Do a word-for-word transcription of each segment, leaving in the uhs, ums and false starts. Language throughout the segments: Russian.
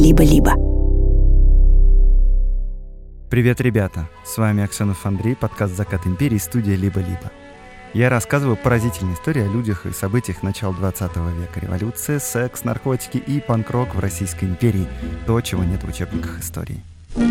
«Либо-либо». Привет, ребята! С вами Аксенов Андрей, подкаст «Закат империи», студия «Либо-либо». Я рассказываю поразительные истории о людях и событиях начала двадцатого века. Революция, секс, наркотики и панк-рок в Российской империи. То, чего нет в учебниках истории.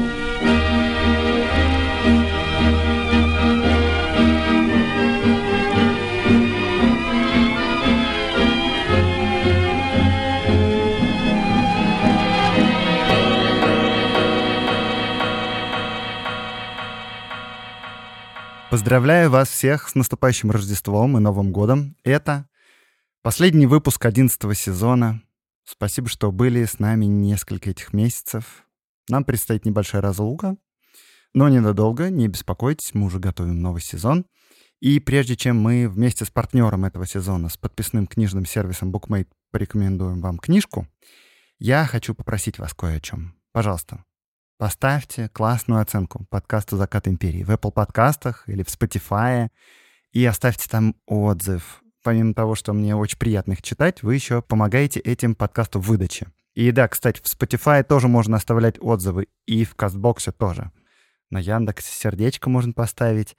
Поздравляю вас всех с наступающим Рождеством и Новым годом. Это последний выпуск одиннадцатого сезона. Спасибо, что были с нами несколько этих месяцев. Нам предстоит небольшая разлука, но ненадолго, не беспокойтесь, мы уже готовим новый сезон. И прежде чем мы вместе с партнером этого сезона, с подписным книжным сервисом BookMate, порекомендуем вам книжку, я хочу попросить вас кое о чем. Пожалуйста, поставьте классную оценку подкасту «Закат империи» в Apple подкастах или в Spotify и оставьте там отзыв. Помимо того, что мне очень приятно их читать, вы еще помогаете этим подкасту в выдаче. И да, кстати, в Spotify тоже можно оставлять отзывы, и в Кастбоксе тоже. На Яндексе сердечко можно поставить.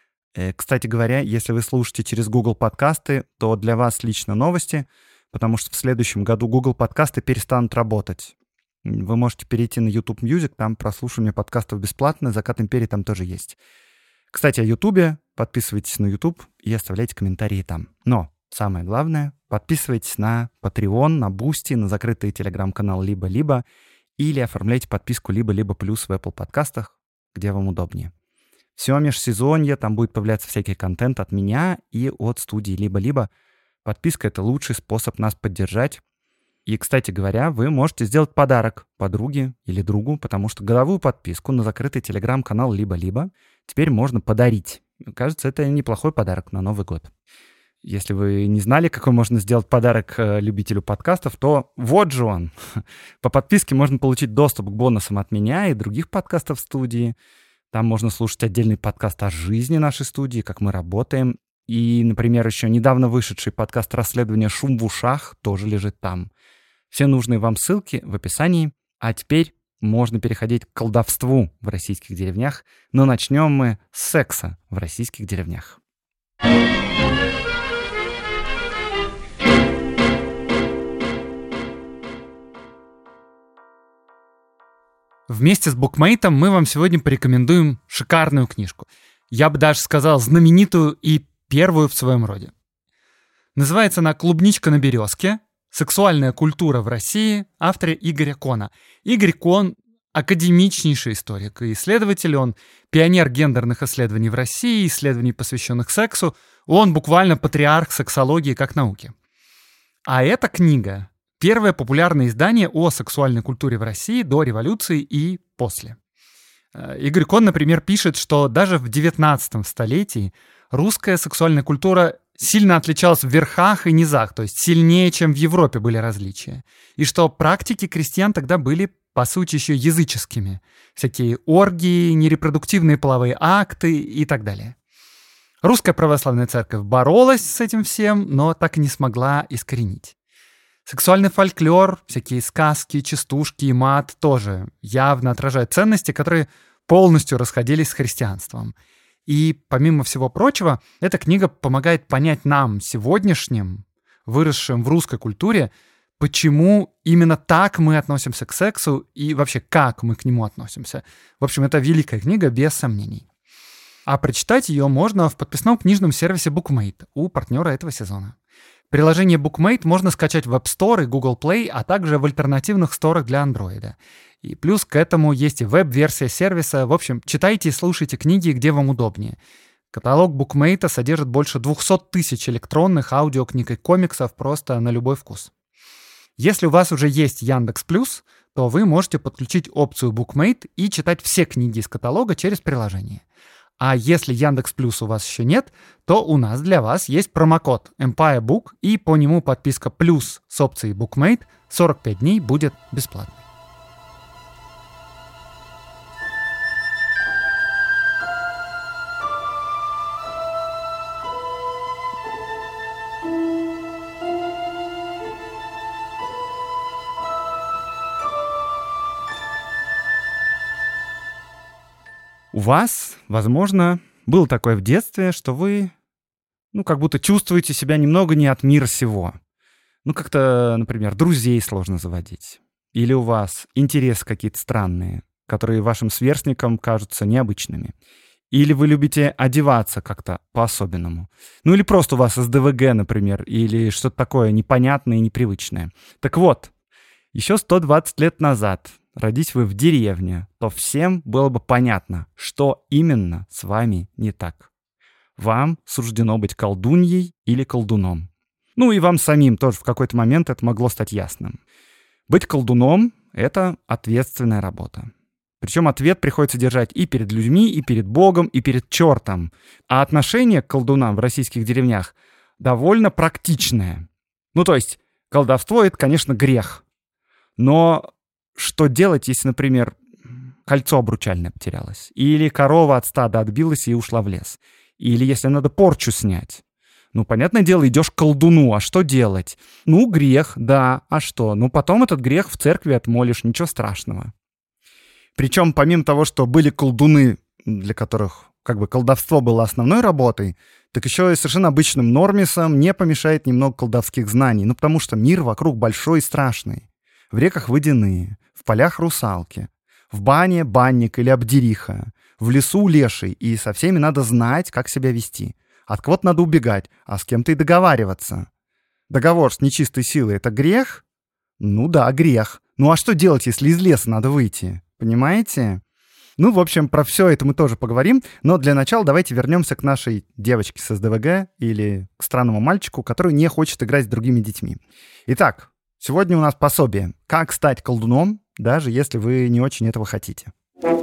Кстати говоря, если вы слушаете через Google подкасты, то для вас лично новости, потому что в следующем году Google подкасты перестанут работать. Вы можете перейти на YouTube Music, там прослушивание подкастов бесплатно, «Закат империи» там тоже есть. Кстати, о YouTube, подписывайтесь на YouTube и оставляйте комментарии там. Но самое главное, подписывайтесь на Patreon, на Boosty, на закрытый телеграм-канал «Либо-либо» или оформляйте подписку «Либо-либо плюс» в Apple подкастах, где вам удобнее. Все межсезонье, там будет появляться всякий контент от меня и от студии «Либо-либо». Подписка — это лучший способ нас поддержать. И, кстати говоря, вы можете сделать подарок подруге или другу, потому что годовую подписку на закрытый телеграм-канал «Либо-либо» теперь можно подарить. Кажется, это неплохой подарок на Новый год. Если вы не знали, какой можно сделать подарок любителю подкастов, то вот же он. По подписке можно получить доступ к бонусам от меня и других подкастов в студии. Там можно слушать отдельный подкаст о жизни нашей студии, как мы работаем. И, например, еще недавно вышедший подкаст расследования «Шум в ушах» тоже лежит там. Все нужные вам ссылки в описании. А теперь можно переходить к колдовству в российских деревнях. Но начнем мы с секса в российских деревнях. Вместе с BookMate мы вам сегодня порекомендуем шикарную книжку. Я бы даже сказал, знаменитую и первую в своем роде. Называется она «Клубничка на березке. Сексуальная культура в России», авторе Игоря Кона. Игорь Кон — академичнейший историк и исследователь, он пионер гендерных исследований в России, исследований, посвященных сексу. Он буквально патриарх сексологии как науки. А эта книга — первое популярное издание о сексуальной культуре в России до революции и после. Игорь Кон, например, пишет, что даже в девятнадцатом столетии русская сексуальная культура сильно отличалась в верхах и низах, то есть сильнее, чем в Европе были различия. И что практики крестьян тогда были, по сути, еще языческими. Всякие оргии, нерепродуктивные половые акты и так далее. Русская православная церковь боролась с этим всем, но так и не смогла искоренить. Сексуальный фольклор, всякие сказки, частушки и мат тоже явно отражают ценности, которые полностью расходились с христианством. И, помимо всего прочего, эта книга помогает понять нам, сегодняшним, выросшим в русской культуре, почему именно так мы относимся к сексу и вообще как мы к нему относимся. В общем, это великая книга, без сомнений. А прочитать ее можно в подписном книжном сервисе BookMate у партнера этого сезона. Приложение BookMate можно скачать в App Store и Google Play, а также в альтернативных сторах для Android. И плюс к этому есть и веб-версия сервиса. В общем, читайте и слушайте книги, где вам удобнее. Каталог BookMate содержит больше двести тысяч электронных аудиокниг и комиксов просто на любой вкус. Если у вас уже есть Яндекс.Плюс, то вы можете подключить опцию BookMate и читать все книги из каталога через приложение. А если Яндекс.Плюс у вас еще нет, то у нас для вас есть промокод EmpireBook, и по нему подписка плюс с опцией BookMate сорок пять дней будет бесплатной. У вас, возможно, было такое в детстве, что вы, ну, как будто чувствуете себя немного не от мира сего. Ну, как-то, например, друзей сложно заводить. Или у вас интересы какие-то странные, которые вашим сверстникам кажутся необычными. Или вы любите одеваться как-то по-особенному. Ну, или просто у вас эс дэ вэ гэ, например, или что-то такое непонятное и непривычное. Так вот, еще сто двадцать лет назад, родись вы в деревне, то всем было бы понятно, что именно с вами не так. Вам суждено быть колдуньей или колдуном. Ну и вам самим тоже в какой-то момент это могло стать ясным. Быть колдуном — это ответственная работа. Причем ответ приходится держать и перед людьми, и перед Богом, и перед чертом. А отношение к колдунам в российских деревнях довольно практичное. Ну, то есть, колдовство — это, конечно, грех. Но что делать, если, например, кольцо обручальное потерялось? Или корова от стада отбилась и ушла в лес? Или если надо порчу снять? Ну, понятное дело, идешь к колдуну, а что делать? Ну, грех, да, а что? Ну, потом этот грех в церкви отмолишь, ничего страшного. Причем, помимо того, что были колдуны, для которых как бы колдовство было основной работой, так еще и совершенно обычным нормисам не помешает немного колдовских знаний. Ну, потому что мир вокруг большой и страшный. В реках водяные, в полях русалки, в бане банник или обдериха, в лесу леший, и со всеми надо знать, как себя вести. От кого-то надо убегать, а с кем-то и договариваться. Договор с нечистой силой — это грех? Ну да, грех. Ну а что делать, если из леса надо выйти? Понимаете? Ну, в общем, про все это мы тоже поговорим, но для начала давайте вернемся к нашей девочке с эс дэ вэ гэ или к странному мальчику, который не хочет играть с другими детьми. Итак, сегодня у нас пособие «Как стать колдуном, даже если вы не очень этого хотите».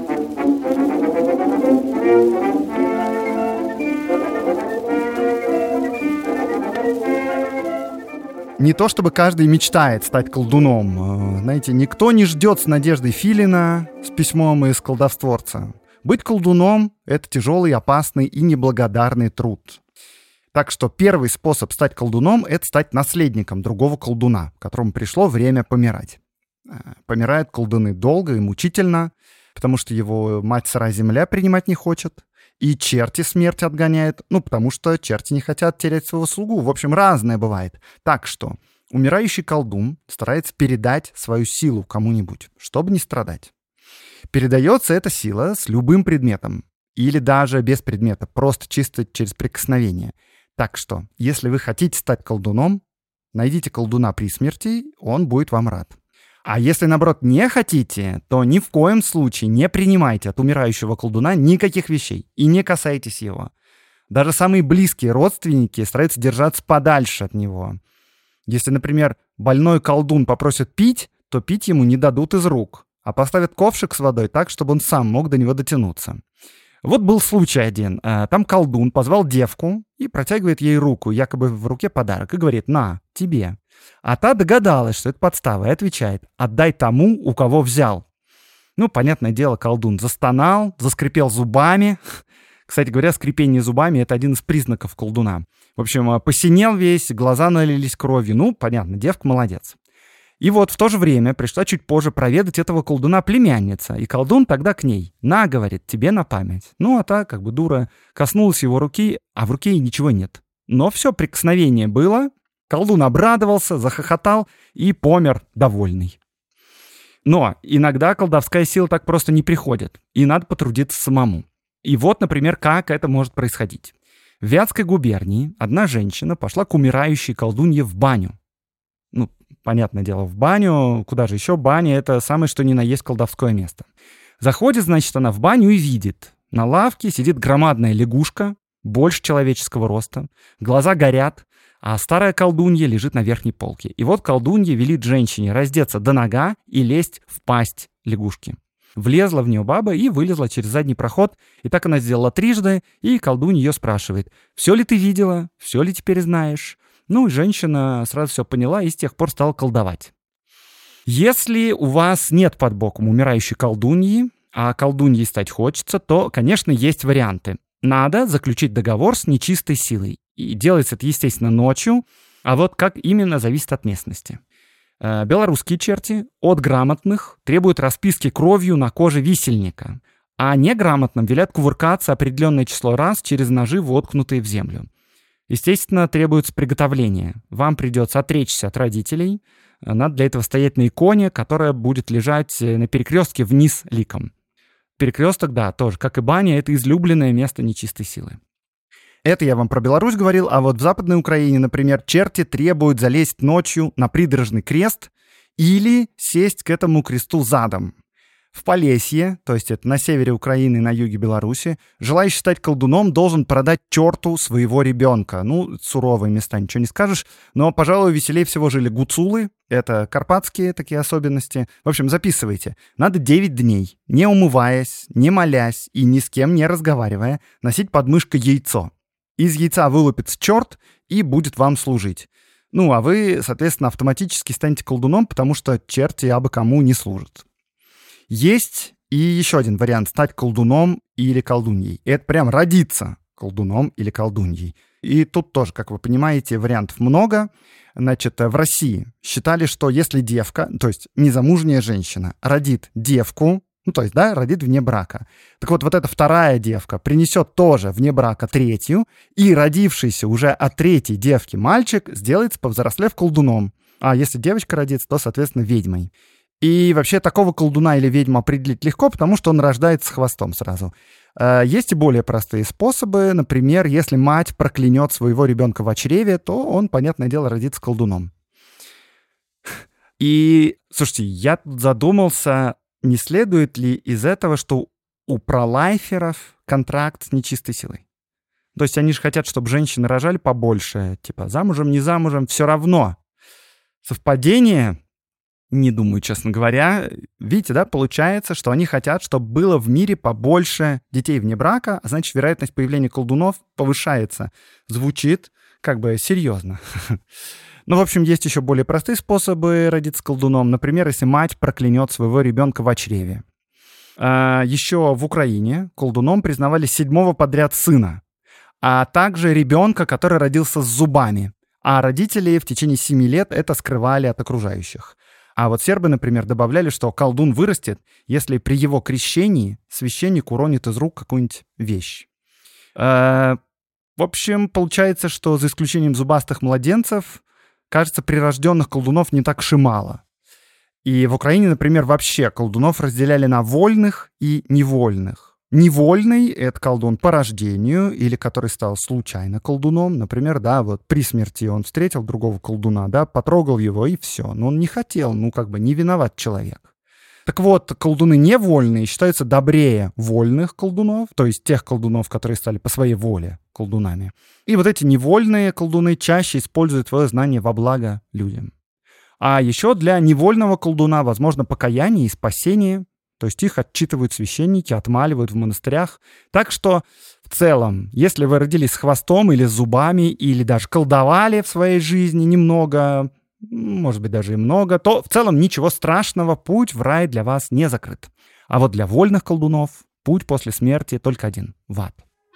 Не то чтобы каждый мечтает стать колдуном. Знаете, никто не ждет с надеждой филина с письмом из колдовстворца. Быть колдуном — это тяжелый, опасный и неблагодарный труд. Так что первый способ стать колдуном — это стать наследником другого колдуна, которому пришло время помирать. Помирают колдуны долго и мучительно, потому что его мать сыра земля принимать не хочет. И черти смерть отгоняет, ну, потому что черти не хотят терять своего слугу. В общем, разное бывает. Так что умирающий колдун старается передать свою силу кому-нибудь, чтобы не страдать. Передается эта сила с любым предметом. Или даже без предмета, просто чисто через прикосновение. Так что, если вы хотите стать колдуном, найдите колдуна при смерти, он будет вам рад. А если, наоборот, не хотите, то ни в коем случае не принимайте от умирающего колдуна никаких вещей и не касайтесь его. Даже самые близкие родственники стараются держаться подальше от него. Если, например, больной колдун попросит пить, то пить ему не дадут из рук, а поставят ковшик с водой так, чтобы он сам мог до него дотянуться. Вот был случай один. Там колдун позвал девку и протягивает ей руку, якобы в руке подарок, и говорит: «На, тебе». А та догадалась, что это подстава, и отвечает: «Отдай тому, у кого взял». Ну, понятное дело, колдун застонал, заскрипел зубами. Кстати говоря, скрипение зубами — это один из признаков колдуна. В общем, посинел весь, глаза налились кровью. Ну, понятно, девка молодец. И вот в то же время пришла чуть позже проведать этого колдуна племянница, и колдун тогда к ней: «На, — говорит, — тебе на память». Ну, а та, как бы дура, коснулась его руки, а в руке ничего нет. Но все, прикосновение было. Колдун обрадовался, захохотал и помер довольный. Но иногда колдовская сила так просто не приходит, и надо потрудиться самому. И вот, например, как это может происходить. В Вятской губернии одна женщина пошла к умирающей колдунье в баню. Ну, понятное дело, в баню, куда же еще, баня — это самое что ни на есть колдовское место. Заходит, значит, она в баню и видит. На лавке сидит громадная лягушка, больше человеческого роста, глаза горят, а старая колдунья лежит на верхней полке. И вот колдунья велит женщине раздеться до нога и лезть в пасть лягушки. Влезла в нее баба и вылезла через задний проход. И так она сделала трижды, и колдунья ее спрашивает: «Все ли ты видела? Все ли теперь знаешь?» Ну, и женщина сразу все поняла и с тех пор стала колдовать. Если у вас нет под боком умирающей колдуньи, а колдуньей стать хочется, то, конечно, есть варианты. Надо заключить договор с нечистой силой. И делается это, естественно, ночью, а вот как именно, зависит от местности. Белорусские черти от грамотных требуют расписки кровью на коже висельника, А неграмотным велят кувыркаться определенное число раз через ножи, воткнутые в землю. Естественно, требуется приготовление. Вам придется отречься от родителей. Надо для этого стоять на иконе, которая будет лежать на перекрестке вниз ликом. Перекресток, да, тоже, как и баня, это излюбленное место нечистой силы. Это я вам про Беларусь говорил, а вот в Западной Украине, например, черти требуют залезть ночью на придорожный крест или сесть к этому кресту задом. В Полесье, то есть это на севере Украины и на юге Беларуси, желающий стать колдуном должен продать черту своего ребенка. Ну, суровые места, ничего не скажешь, но, пожалуй, веселее всего жили гуцулы, это карпатские такие особенности. В общем, записывайте. Надо девять дней, не умываясь, не молясь и ни с кем не разговаривая, носить под мышкой яйцо. Из яйца вылупится черт и будет вам служить. Ну, а вы, соответственно, автоматически станете колдуном, потому что черти абы кому не служат. Есть и еще один вариант — стать колдуном или колдуньей. И это прям родиться колдуном или колдуньей. И тут тоже, как вы понимаете, вариантов много. Значит, в России считали, что если девка, то есть незамужняя женщина, родит девку, ну, то есть, да, родит вне брака. Так вот, вот эта вторая девка принесет тоже вне брака третью, и родившийся уже от третьей девки мальчик сделается, повзрослев, колдуном. А если девочка родится, то, соответственно, ведьмой. И вообще такого колдуна или ведьму определить легко, потому что он рождается с хвостом сразу. Есть и более простые способы. Например, если мать проклянет своего ребенка в чреве, то он, понятное дело, родится колдуном. И, слушайте, я тут задумался, не следует ли из этого, что у пролайферов контракт с нечистой силой? То есть они же хотят, чтобы женщины рожали побольше. Типа замужем, не замужем, все равно. Совпадение? Не думаю, честно говоря. Видите, да, получается, что они хотят, чтобы было в мире побольше детей вне брака, а значит, вероятность появления колдунов повышается. Звучит как бы серьезно. Ну, в общем, есть еще более простые способы родиться колдуном. Например, если мать проклянет своего ребенка в чреве. А еще в Украине колдуном признавали седьмого подряд сына, а также ребенка, который родился с зубами. А родители в течение семи лет это скрывали от окружающих. А вот сербы, например, добавляли, что колдун вырастет, если при его крещении священник уронит из рук какую-нибудь вещь. Э-э- в общем, получается, что за исключением зубастых младенцев, кажется, прирожденных колдунов не так уж и мало. И в Украине, например, вообще колдунов разделяли на вольных и невольных. Невольный — это колдун по рождению или который стал случайно колдуном. Например, да, вот при смерти он встретил другого колдуна, да, потрогал его и все. Но он не хотел, ну как бы не виноват человек. Так вот, колдуны невольные считаются добрее вольных колдунов, то есть тех колдунов, которые стали по своей воле колдунами. И вот эти невольные колдуны чаще используют свое знание во благо людям. А еще для невольного колдуна возможно покаяние и спасение. То есть их отчитывают священники, отмаливают в монастырях. Так что в целом, если вы родились с хвостом или с зубами, или даже колдовали в своей жизни немного, может быть, даже и много, то в целом ничего страшного, путь в рай для вас не закрыт. А вот для вольных колдунов путь после смерти только один — в ад.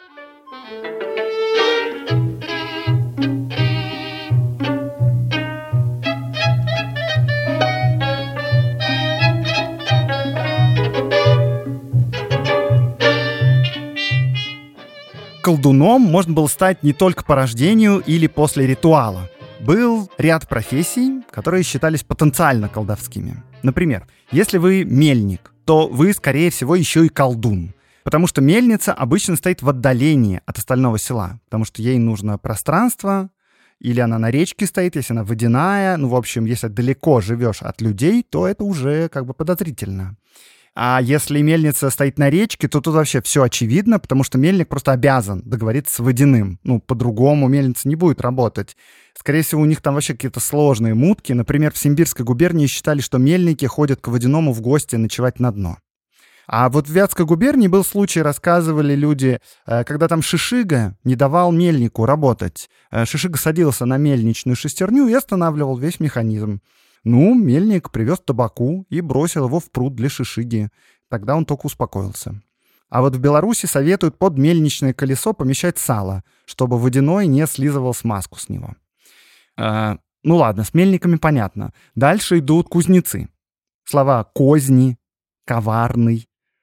Колдуном можно было стать не только по рождению или после ритуала. Был ряд профессий, которые считались потенциально колдовскими. Например, если вы мельник, то вы, скорее всего, еще и колдун. Потому что мельница обычно стоит в отдалении от остального села, потому что ей нужно пространство, или она на речке стоит, если она водяная. Ну, в общем, если далеко живешь от людей, то это уже как бы подозрительно. А если мельница стоит на речке, то тут вообще все очевидно, потому что мельник просто обязан договориться с водяным. Ну, по-другому мельница не будет работать. Скорее всего, у них там вообще какие-то сложные мутки. Например, в Симбирской губернии считали, что мельники ходят к водяному в гости ночевать на дно. А вот в Вятской губернии был случай, рассказывали люди, когда там Шишига не давал мельнику работать. Шишига садился на мельничную шестерню и останавливал весь механизм. Ну, мельник привез табаку и бросил его в пруд для Шишиги. Тогда он только успокоился. А вот в Беларуси советуют под мельничное колесо помещать сало, чтобы водяной не слизывал смазку с него. А, ну ладно, с мельниками понятно. Дальше идут кузнецы. Слова «козни», «коварный»,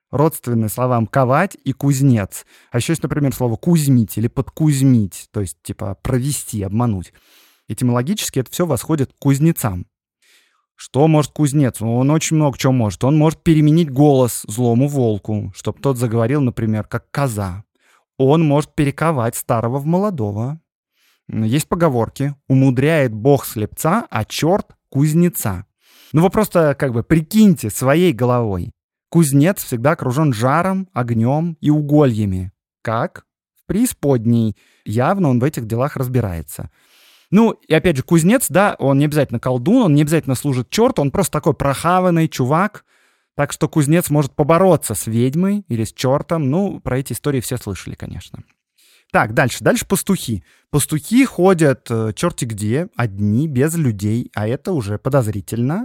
родственные словам ковать и кузнец. А еще есть, например, слово кузмить или подкузмить, то есть типа провести, обмануть. Этимологически это все восходит к кузнецам. Что может кузнец? Он очень много чего может. Он может переменить голос злому волку, чтобы тот заговорил, например, как коза. Он может перековать старого в молодого. Есть поговорки: умудряет бог слепца, а черт кузнеца. Ну вы просто как бы прикиньте своей головой. Кузнец всегда окружен жаром, огнем и угольями. Как? В преисподней. Явно он в этих делах разбирается. Ну, и опять же, кузнец, да, он не обязательно колдун, он не обязательно служит черту, он просто такой прохаванный чувак. Так что кузнец может побороться с ведьмой или с чертом. Ну, про эти истории все слышали, конечно. Так, дальше. Дальше пастухи. Пастухи ходят э, черти где, одни, без людей, а это уже подозрительно.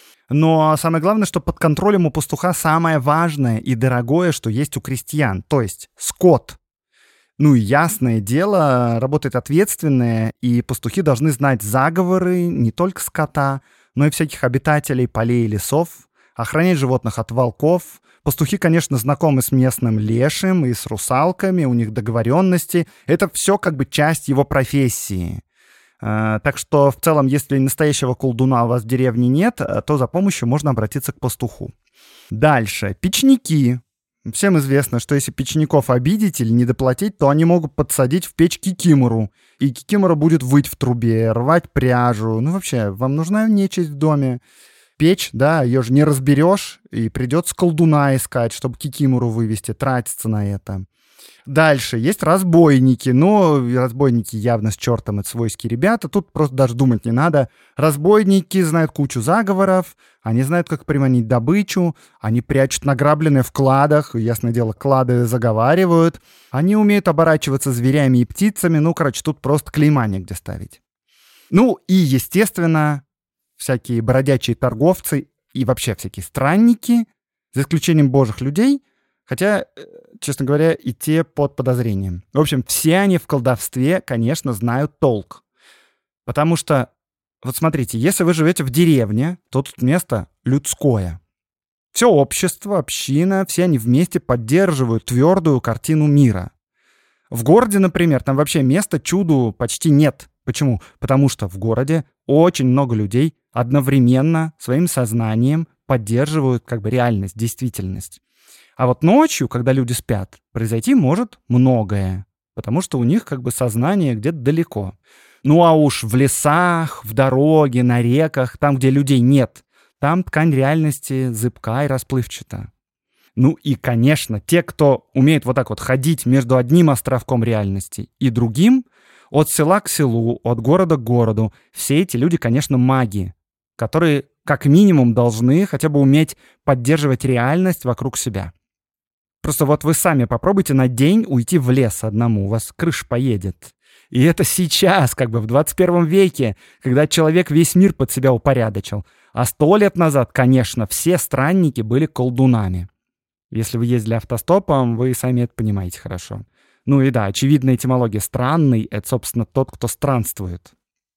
Но самое главное, что под контролем у пастуха самое важное и дорогое, что есть у крестьян, то есть скот. Ну и ясное дело, работает ответственное, и пастухи должны знать заговоры не только скота, но и всяких обитателей полей и лесов, охранять животных от волков. Пастухи, конечно, знакомы с местным лешим и с русалками, у них договоренности. Это все как бы часть его профессии. Так что в целом, если настоящего колдуна у вас в деревне нет, то за помощью можно обратиться к пастуху. Дальше. Печники. Всем известно, что если печников обидеть или недоплатить, то они могут подсадить в печь кикимору. И кикимора будет выть в трубе, рвать пряжу. Ну вообще, вам нужна нечисть в доме. Печь, да, ее же не разберешь, и придется колдуна искать, чтобы кикимору вывести, тратиться на это. Дальше есть разбойники. Ну, разбойники явно с чертом, это свойские ребята. Тут просто даже думать не надо. Разбойники знают кучу заговоров, они знают, как приманить добычу, они прячут награбленное в кладах, ясное дело, клады заговаривают. Они умеют оборачиваться зверями и птицами. Ну, короче, тут просто клейма негде ставить. Ну, и, естественно, всякие бродячие торговцы и вообще всякие странники, за исключением божьих людей, хотя, честно говоря, и те под подозрением. В общем, все они в колдовстве, конечно, знают толк. Потому что, вот смотрите, если вы живете в деревне, то тут место людское. Все общество, община, все они вместе поддерживают твердую картину мира. В городе, например, там вообще места чуду почти нет. Почему? Потому что в городе очень много людей одновременно своим сознанием поддерживают как бы реальность, действительность. А вот ночью, когда люди спят, произойти может многое, потому что у них как бы сознание где-то далеко. Ну а уж в лесах, в дороге, на реках, там, где людей нет, там ткань реальности зыбка и расплывчата. Ну и, конечно, те, кто умеет вот так вот ходить между одним островком реальности и другим, от села к селу, от города к городу, все эти люди, конечно, маги, которые как минимум должны хотя бы уметь поддерживать реальность вокруг себя. Просто вот вы сами попробуйте на день уйти в лес одному, у вас крыша поедет. И это сейчас, как бы в двадцать первом веке, когда человек весь мир под себя упорядочил. А сто лет назад, конечно, все странники были колдунами. Если вы ездили автостопом, вы сами это понимаете хорошо. Ну и да, очевидная этимология «странный» — это, собственно, тот, кто странствует.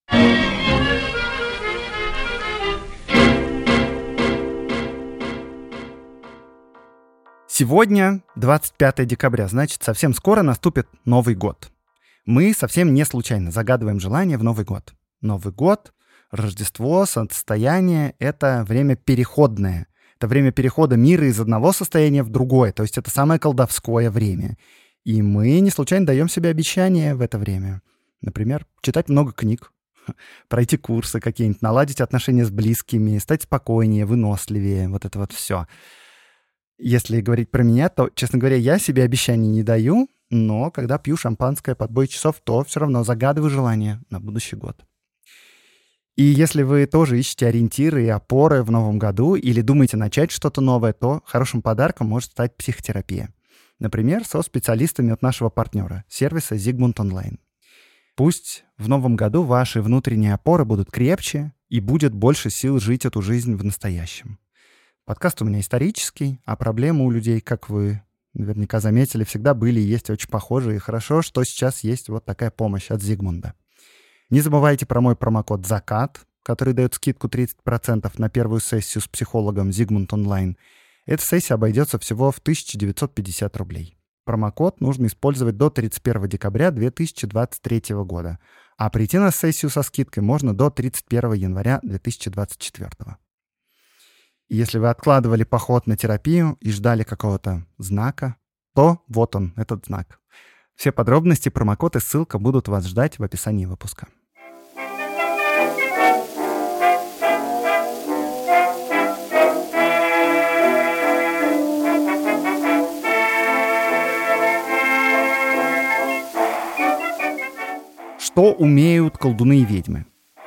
Сегодня двадцать пятое декабря, значит, совсем скоро наступит Новый год. Мы совсем не случайно загадываем желание в Новый год. Новый год, Рождество, солнцестояние — это время переходное. Это время перехода мира из одного состояния в другое, то есть это самое колдовское время. И мы не случайно даем себе обещания в это время. Например, читать много книг, пройти курсы какие-нибудь, наладить отношения с близкими, стать спокойнее, выносливее, вот это вот все. Если говорить про меня, то, честно говоря, я себе обещаний не даю, но когда пью шампанское под бой часов, то все равно загадываю желание на будущий год. И если вы тоже ищете ориентиры и опоры в новом году или думаете начать что-то новое, то хорошим подарком может стать психотерапия. Например, со специалистами от нашего партнера, сервиса Zigmund Online. Пусть в новом году ваши внутренние опоры будут крепче и будет больше сил жить эту жизнь в настоящем. Подкаст у меня исторический, а проблемы у людей, как вы наверняка заметили, всегда были и есть очень похожие. И хорошо, что сейчас есть вот такая помощь от Зигмунда. Не забывайте про мой промокод «Закат», который дает скидку тридцать процентов на первую сессию с психологом Zigmund Online. Эта сессия обойдется всего в тысяча девятьсот пятьдесят рублей. Промокод нужно использовать до тридцать первого декабря две тысячи двадцать третьего года, а прийти на сессию со скидкой можно до тридцать первого января две тысячи двадцать четвёртого. Если вы откладывали поход на терапию и ждали какого-то знака, то вот он, этот знак. Все подробности, промокод и ссылка будут вас ждать в описании выпуска. Что умеют колдуны и ведьмы?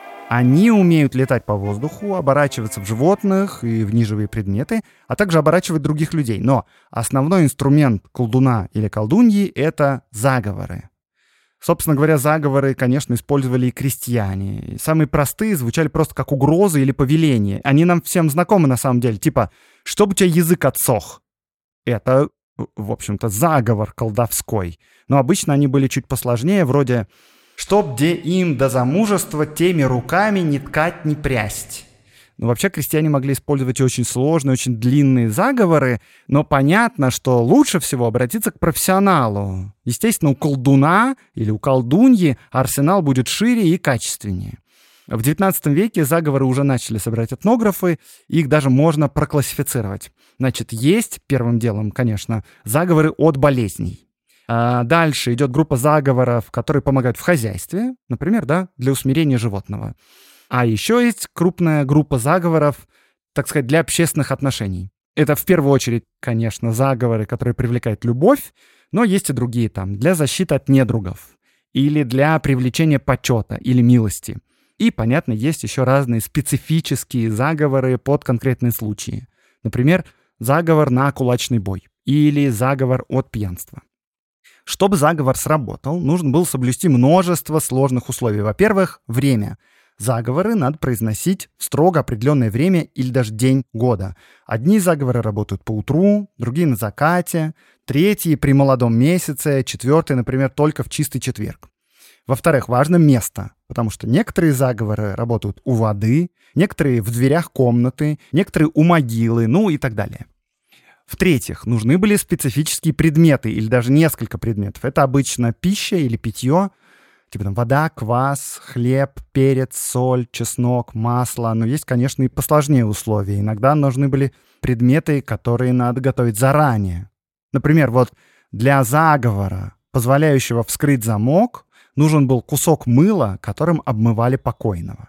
Они умеют летать по воздуху, оборачиваться в животных и в неживые предметы, а также оборачивать других людей. Но основной инструмент колдуна или колдуньи — это заговоры. Собственно говоря, заговоры, конечно, использовали и крестьяне. Самые простые звучали просто как угрозы или повеления. Они нам всем знакомы на самом деле. Типа «чтоб у тебя язык отсох». Это, в общем-то, заговор колдовской. Но обычно они были чуть посложнее, вроде «чтоб где им до замужества теми руками не ткать, не прясть». Ну, вообще, крестьяне могли использовать очень сложные, очень длинные заговоры, но понятно, что лучше всего обратиться к профессионалу. Естественно, у колдуна или у колдуньи арсенал будет шире и качественнее. В девятнадцатом веке заговоры уже начали собирать этнографы, их даже можно проклассифицировать. Значит, есть, первым делом, конечно, заговоры от болезней. А дальше идет группа заговоров, которые помогают в хозяйстве, например, да, для усмирения животного. А еще есть крупная группа заговоров, так сказать, для общественных отношений. Это в первую очередь, конечно, заговоры, которые привлекают любовь, но есть и другие там, для защиты от недругов или для привлечения почета или милости. И, понятно, есть еще разные специфические заговоры под конкретные случаи. Например, заговор на кулачный бой или заговор от пьянства. Чтобы заговор сработал, нужно было соблюсти множество сложных условий. Во-первых, время. Заговоры надо произносить в строго определенное время или даже день года. Одни заговоры работают по утру, другие на закате, третьи при молодом месяце, четвертые, например, только в чистый четверг. Во-вторых, важно место, потому что некоторые заговоры работают у воды, некоторые в дверях комнаты, некоторые у могилы, ну и так далее. В-третьих, нужны были специфические предметы или даже несколько предметов. Это обычно пища или питье, типа там вода, квас, хлеб, перец, соль, чеснок, масло. Но есть, конечно, и посложнее условия. Иногда нужны были предметы, которые надо готовить заранее. Например, вот для заговора, позволяющего вскрыть замок, нужен был кусок мыла, которым обмывали покойного.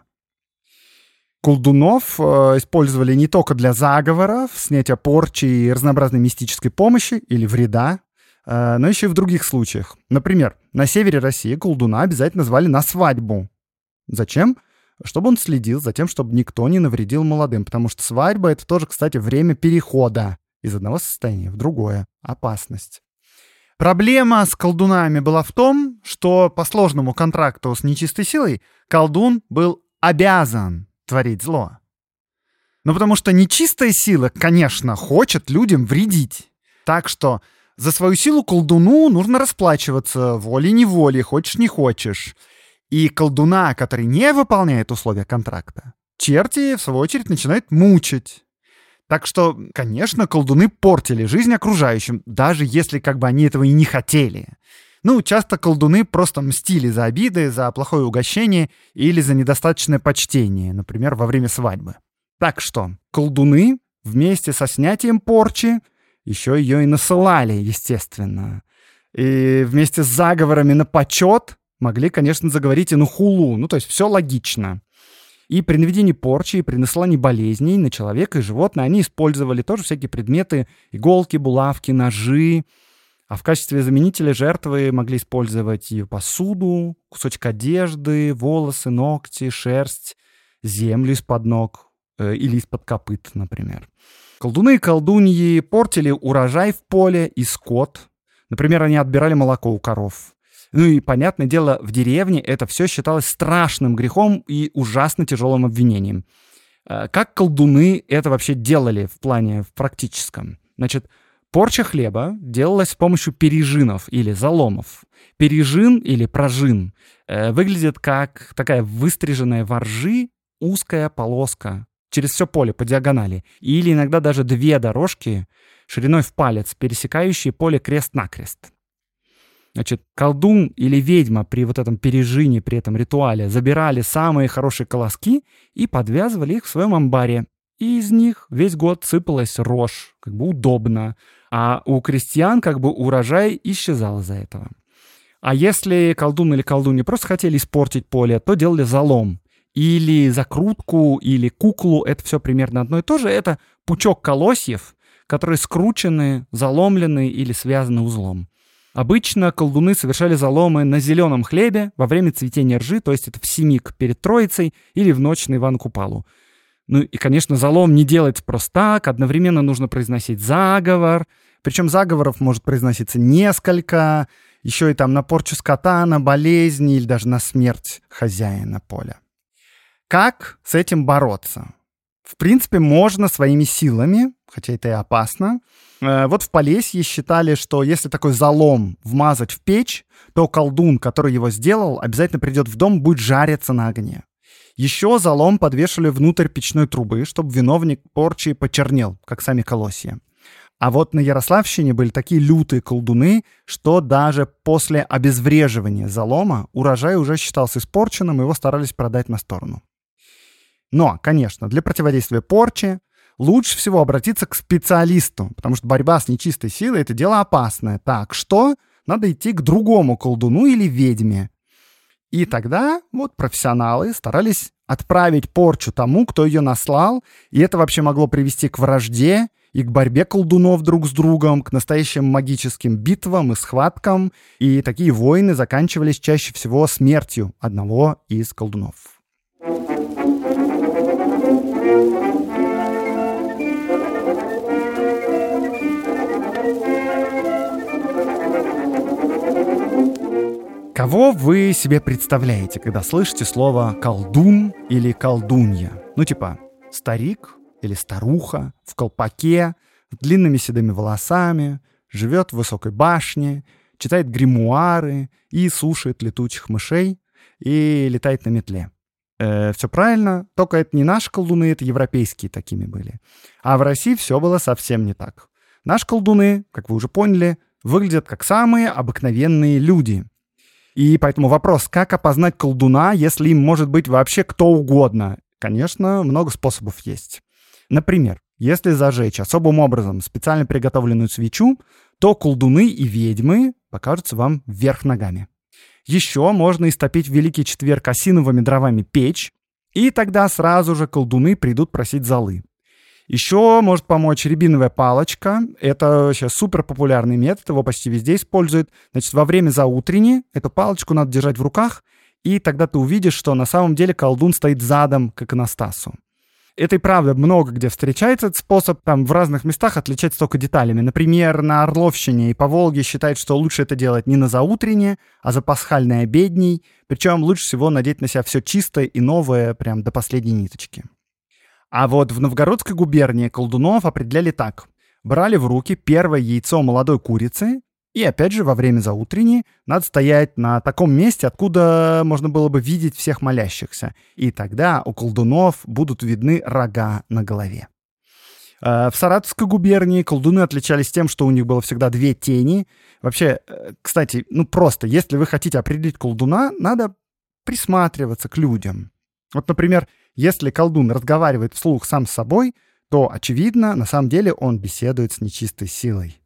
Колдунов э, использовали не только для заговоров, снятия порчи и разнообразной мистической помощи или вреда, э, но еще и в других случаях. Например, на севере России колдуна обязательно звали на свадьбу. Зачем? Чтобы он следил за тем, чтобы никто не навредил молодым, потому что свадьба — это тоже, кстати, время перехода из одного состояния в другое. Опасность. Проблема с колдунами была в том, что по сложному контракту с нечистой силой колдун был обязан творить зло. Ну, потому что нечистая сила, конечно, хочет людям вредить. Так что за свою силу колдуну нужно расплачиваться волей-неволей, хочешь не хочешь. И колдуна, который не выполняет условия контракта, черти, в свою очередь, начинают мучить. Так что, конечно, колдуны портили жизнь окружающим, даже если как бы они этого и не хотели. Ну, часто колдуны просто мстили за обиды, за плохое угощение или за недостаточное почтение, например, во время свадьбы. Так что колдуны вместе со снятием порчи еще ее и насылали, естественно. И вместе с заговорами на почет могли, конечно, заговорить и на хулу. Ну, то есть все логично. И при наведении порчи, и при насылании болезней на человека и животное они использовали тоже всякие предметы, иголки, булавки, ножи. А в качестве заменителя жертвы могли использовать и посуду, кусочек одежды, волосы, ногти, шерсть, землю из-под ног э, или из-под копыт, например. Колдуны и колдуньи портили урожай в поле и скот. Например, они отбирали молоко у коров. Ну и, понятное дело, в деревне это все считалось страшным грехом и ужасно тяжелым обвинением. Как колдуны это вообще делали в плане в практическом? Значит, порча хлеба делалась с помощью пережинов или заломов. Пережин или прожин э, выглядит как такая выстриженная во ржи узкая полоска через все поле по диагонали, или иногда даже две дорожки шириной в палец, пересекающие поле крест-накрест. Значит, колдун или ведьма при вот этом пережине, при этом ритуале забирали самые хорошие колоски и подвязывали их в своем амбаре. И из них весь год сыпалась рожь, как бы удобно. А у крестьян как бы урожай исчезал из-за этого. А если колдун или колдунья просто хотели испортить поле, то делали залом. Или закрутку, или куклу. Это все примерно одно и то же. Это пучок колосьев, которые скручены, заломлены или связаны узлом. Обычно колдуны совершали заломы на зеленом хлебе во время цветения ржи, то есть это в семик перед Троицей или в ночь на Ивана Купалу. Ну и, конечно, залом не делается просто так, одновременно нужно произносить заговор, причем заговоров может произноситься несколько, еще и там на порчу скота, на болезни или даже на смерть хозяина поля. Как с этим бороться? В принципе, можно своими силами, хотя это и опасно. Вот в Полесье считали, что если такой залом вмазать в печь, то колдун, который его сделал, обязательно придет в дом, будет жариться на огне. Еще залом подвешивали внутрь печной трубы, чтобы виновник порчи почернел, как сами колосья. А вот на Ярославщине были такие лютые колдуны, что даже после обезвреживания залома урожай уже считался испорченным, его старались продать на сторону. Но, конечно, для противодействия порче лучше всего обратиться к специалисту, потому что борьба с нечистой силой — это дело опасное. Так что надо идти к другому колдуну или ведьме. И тогда вот профессионалы старались отправить порчу тому, кто ее наслал, и это вообще могло привести к вражде и к борьбе колдунов друг с другом, к настоящим магическим битвам и схваткам, и такие войны заканчивались чаще всего смертью одного из колдунов. Кого вы себе представляете, когда слышите слово «колдун» или «колдунья»? Ну, типа старик или старуха в колпаке, с длинными седыми волосами, живет в высокой башне, читает гримуары и слушает летучих мышей и летает на метле. Э, все правильно, только это не наши колдуны, это европейские такими были. А в России все было совсем не так. Наши колдуны, как вы уже поняли, выглядят как самые обыкновенные люди. И поэтому вопрос, как опознать колдуна, если им может быть вообще кто угодно? Конечно, много способов есть. Например, если зажечь особым образом специально приготовленную свечу, то колдуны и ведьмы покажутся вам вверх ногами. Еще можно истопить в Великий Четверг осиновыми дровами печь, и тогда сразу же колдуны придут просить золы. Еще может помочь рябиновая палочка. Это сейчас супер популярный метод, его почти везде используют. Значит, во время заутрени эту палочку надо держать в руках, и тогда ты увидишь, что на самом деле колдун стоит задом к иконостасу. Это и правда много где встречается этот способ, там в разных местах отличается только деталями. Например, на Орловщине и по Волге считают, что лучше это делать не на заутрене, а за пасхальной обедней. Причем лучше всего надеть на себя все чистое и новое, прям до последней ниточки. А вот в Новгородской губернии колдунов определяли так. Брали в руки первое яйцо молодой курицы, и опять же во время заутрени надо стоять на таком месте, откуда можно было бы видеть всех молящихся. И тогда у колдунов будут видны рога на голове. В Саратовской губернии колдуны отличались тем, что у них было всегда две тени. Вообще, кстати, ну просто, если вы хотите определить колдуна, надо присматриваться к людям. Вот, например, если колдун разговаривает вслух сам с собой, то, очевидно, на самом деле он беседует с нечистой силой.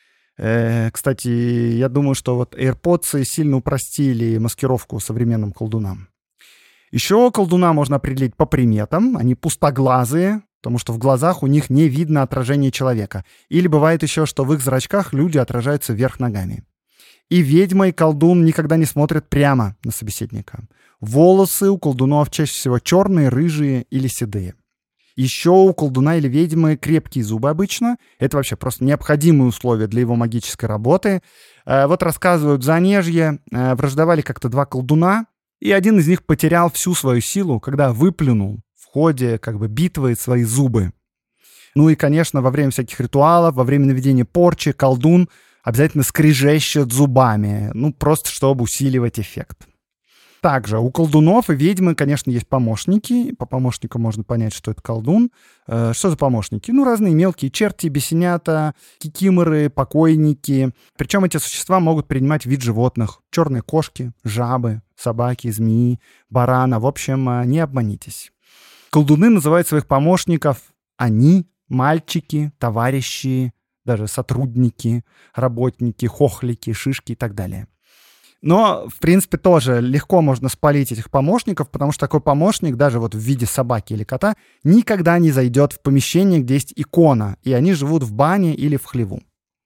Э, кстати, я думаю, что вот AirPods сильно упростили маскировку современным колдунам. Еще колдуна можно определить по приметам. Они пустоглазые, потому что в глазах у них не видно отражение человека. Или бывает еще, что в их зрачках люди отражаются вверх ногами. И ведьма, и колдун никогда не смотрят прямо на собеседника. Волосы у колдунов чаще всего черные, рыжие или седые. Еще у колдуна или ведьмы крепкие зубы обычно. Это вообще просто необходимые условия для его магической работы. Вот рассказывают, в Занежье враждовали как-то два колдуна, и один из них потерял всю свою силу, когда выплюнул в ходе как бы битвы свои зубы. Ну и, конечно, во время всяких ритуалов, во время наведения порчи колдун обязательно скрежещет зубами, ну просто чтобы усиливать эффект. также у колдунов и ведьмы, конечно, есть помощники. По помощнику можно понять, что это колдун. Что за помощники? Ну, разные мелкие черти, бесенята, кикиморы, покойники. Причем эти существа могут принимать вид животных. Черные кошки, жабы, собаки, змеи, барана. В общем, не обманитесь. Колдуны называют своих помощников они, мальчики, товарищи, даже сотрудники, работники, хохлики, шишки и так далее. Но, в принципе, тоже легко можно спалить этих помощников, потому что такой помощник, даже вот в виде собаки или кота, никогда не зайдет в помещение, где есть икона, и они живут в бане или в хлеву.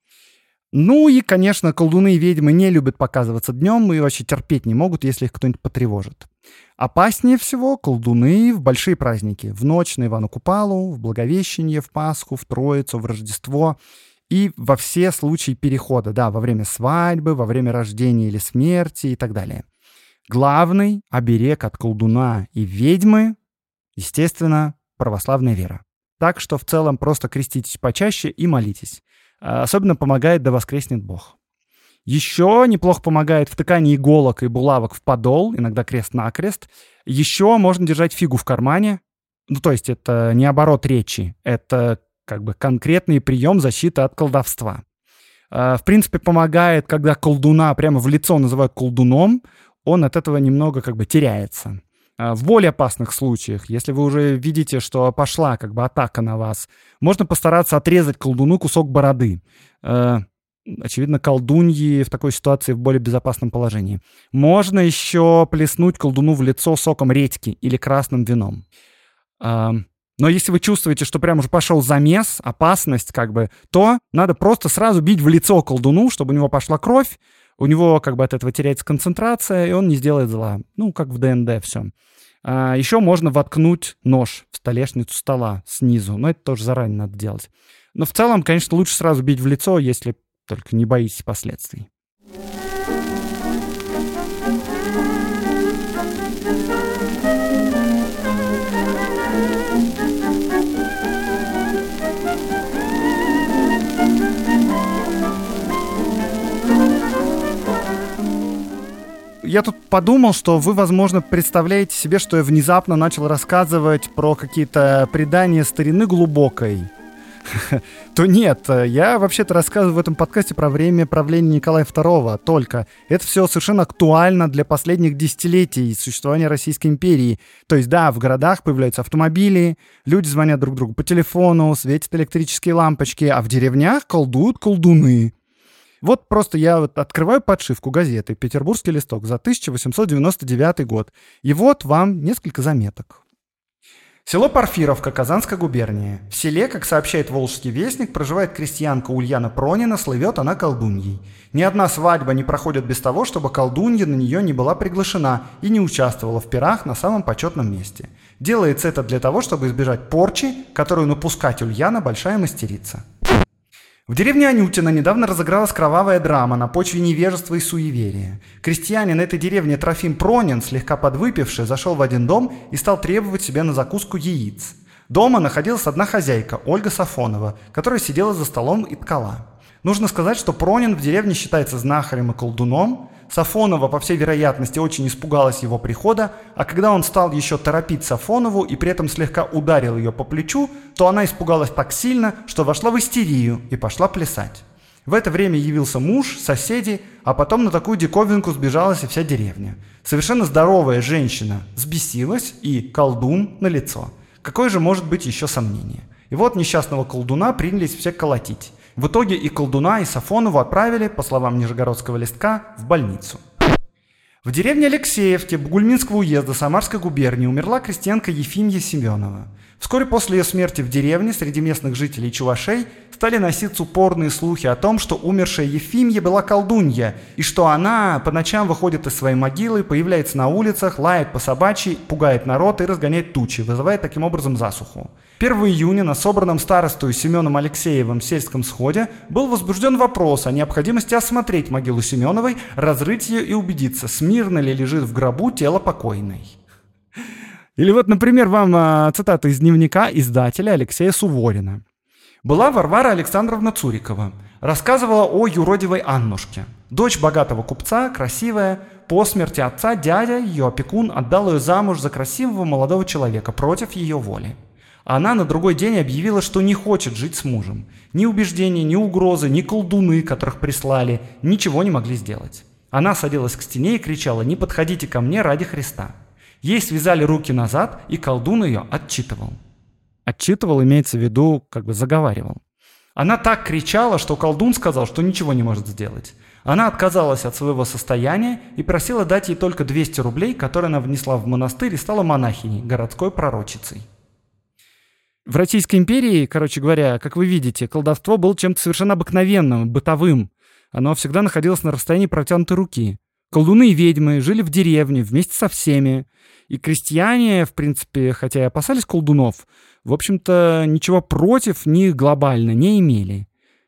Ну и, конечно, колдуны и ведьмы не любят показываться днем и вообще терпеть не могут, если их кто-нибудь потревожит. Опаснее всего колдуны в большие праздники. В ночь на Ивана Купалу, в Благовещение, в Пасху, в Троицу, в Рождество и во все случаи перехода, да, во время свадьбы, во время рождения или смерти и так далее. Главный оберег от колдуна и ведьмы, естественно, православная вера. Так что в целом просто креститесь почаще и молитесь. Особенно помогает «Да воскреснет Бог». Еще неплохо помогает втыкание иголок и булавок в подол, иногда крест-накрест. Еще можно держать фигу в кармане. Ну, то есть это не оборот речи, это как бы конкретный прием защиты от колдовства. В принципе, помогает, когда колдуна прямо в лицо называют колдуном, он от этого немного как бы теряется. В более опасных случаях, если вы уже видите, что пошла как бы атака на вас, можно постараться отрезать колдуну кусок бороды. Очевидно, колдуньи в такой ситуации в более безопасном положении. Можно еще плеснуть колдуну в лицо соком редьки или красным вином. Но если вы чувствуете, что прям уже пошел замес, опасность как бы, то надо просто сразу бить в лицо колдуну, чтобы у него пошла кровь, у него как бы от этого теряется концентрация, и он не сделает зла. Ну, как в ДНД все. А еще можно воткнуть нож в столешницу стола снизу, но это тоже заранее надо делать. Но в целом, конечно, лучше сразу бить в лицо, если только не боитесь последствий. Я тут подумал, что вы, возможно, представляете себе, что я внезапно начал рассказывать про какие-то предания старины глубокой. То нет, я вообще-то рассказываю в этом подкасте про время правления Николая второго только. Это все совершенно актуально для последних десятилетий существования Российской империи. То есть, да, в городах появляются автомобили, люди звонят друг другу по телефону, светят электрические лампочки, а в деревнях колдуют колдуны. Вот просто я вот открываю подшивку газеты «Петербургский листок» за тысяча восемьсот девяносто девятый год. И вот вам несколько заметок. Село Порфировка, Казанская губерния. В селе, как сообщает Волжский вестник, проживает крестьянка Ульяна Пронина, слывет она колдуньей. Ни одна свадьба не проходит без того, чтобы колдунья на нее не была приглашена и не участвовала в пирах на самом почетном месте. Делается это для того, чтобы избежать порчи, которую напускать Ульяна большая мастерица. В деревне Анютино недавно разыгралась кровавая драма на почве невежества и суеверия. Крестьянин этой деревни Трофим Пронин, слегка подвыпивший, зашел в один дом и стал требовать себе на закуску яиц. Дома находилась одна хозяйка, Ольга Сафонова, которая сидела за столом и ткала. Нужно сказать, что Пронин в деревне считается знахарем и колдуном. Сафонова, по всей вероятности, очень испугалась его прихода, а когда он стал еще торопить Сафонову и при этом слегка ударил ее по плечу, то она испугалась так сильно, что вошла в истерию и пошла плясать. В это время явился муж, соседи, а потом на такую диковинку сбежалась и вся деревня. Совершенно здоровая женщина взбесилась и колдун налицо. Какое же может быть еще сомнение? И вот несчастного колдуна принялись все колотить. В итоге и колдуна, и Сафонову отправили, по словам Нижегородского листка, в больницу. В деревне Алексеевке Бугульминского уезда Самарской губернии умерла крестьянка Ефимья Семенова. Вскоре после ее смерти в деревне среди местных жителей чувашей стали носиться упорные слухи о том, что умершая Ефимья была колдунья, и что она по ночам выходит из своей могилы, появляется на улицах, лает по собачьи, пугает народ и разгоняет тучи, вызывая таким образом засуху. первого июня на собранном старостою Семеном Алексеевым сельском сходе был возбужден вопрос о необходимости осмотреть могилу Семеновой, разрыть ее и убедиться, смирно ли лежит в гробу тело покойной. Или вот, например, вам а, цитата из дневника издателя Алексея Суворина. Была Варвара Александровна Цурикова. Рассказывала о юродивой Аннушке. Дочь богатого купца, красивая. По смерти отца дядя, ее опекун, отдал ее замуж за красивого молодого человека против ее воли. Она на другой день объявила, что не хочет жить с мужем. Ни убеждения, ни угрозы, ни колдуны, которых прислали, ничего не могли сделать. Она садилась к стене и кричала: «Не подходите ко мне ради Христа». Ей связали руки назад, и колдун ее отчитывал. Отчитывал, имеется в виду, как бы заговаривал. Она так кричала, что колдун сказал, что ничего не может сделать. Она отказалась от своего состояния и просила дать ей только двести рублей, которые она внесла в монастырь и стала монахиней, городской пророчицей. В Российской империи, короче говоря, как вы видите, колдовство было чем-то совершенно обыкновенным, бытовым. Оно всегда находилось на расстоянии протянутой руки. Колдуны и ведьмы жили в деревне вместе со всеми. И крестьяне, в принципе, хотя и опасались колдунов, в общем-то, ничего против них глобально не имели.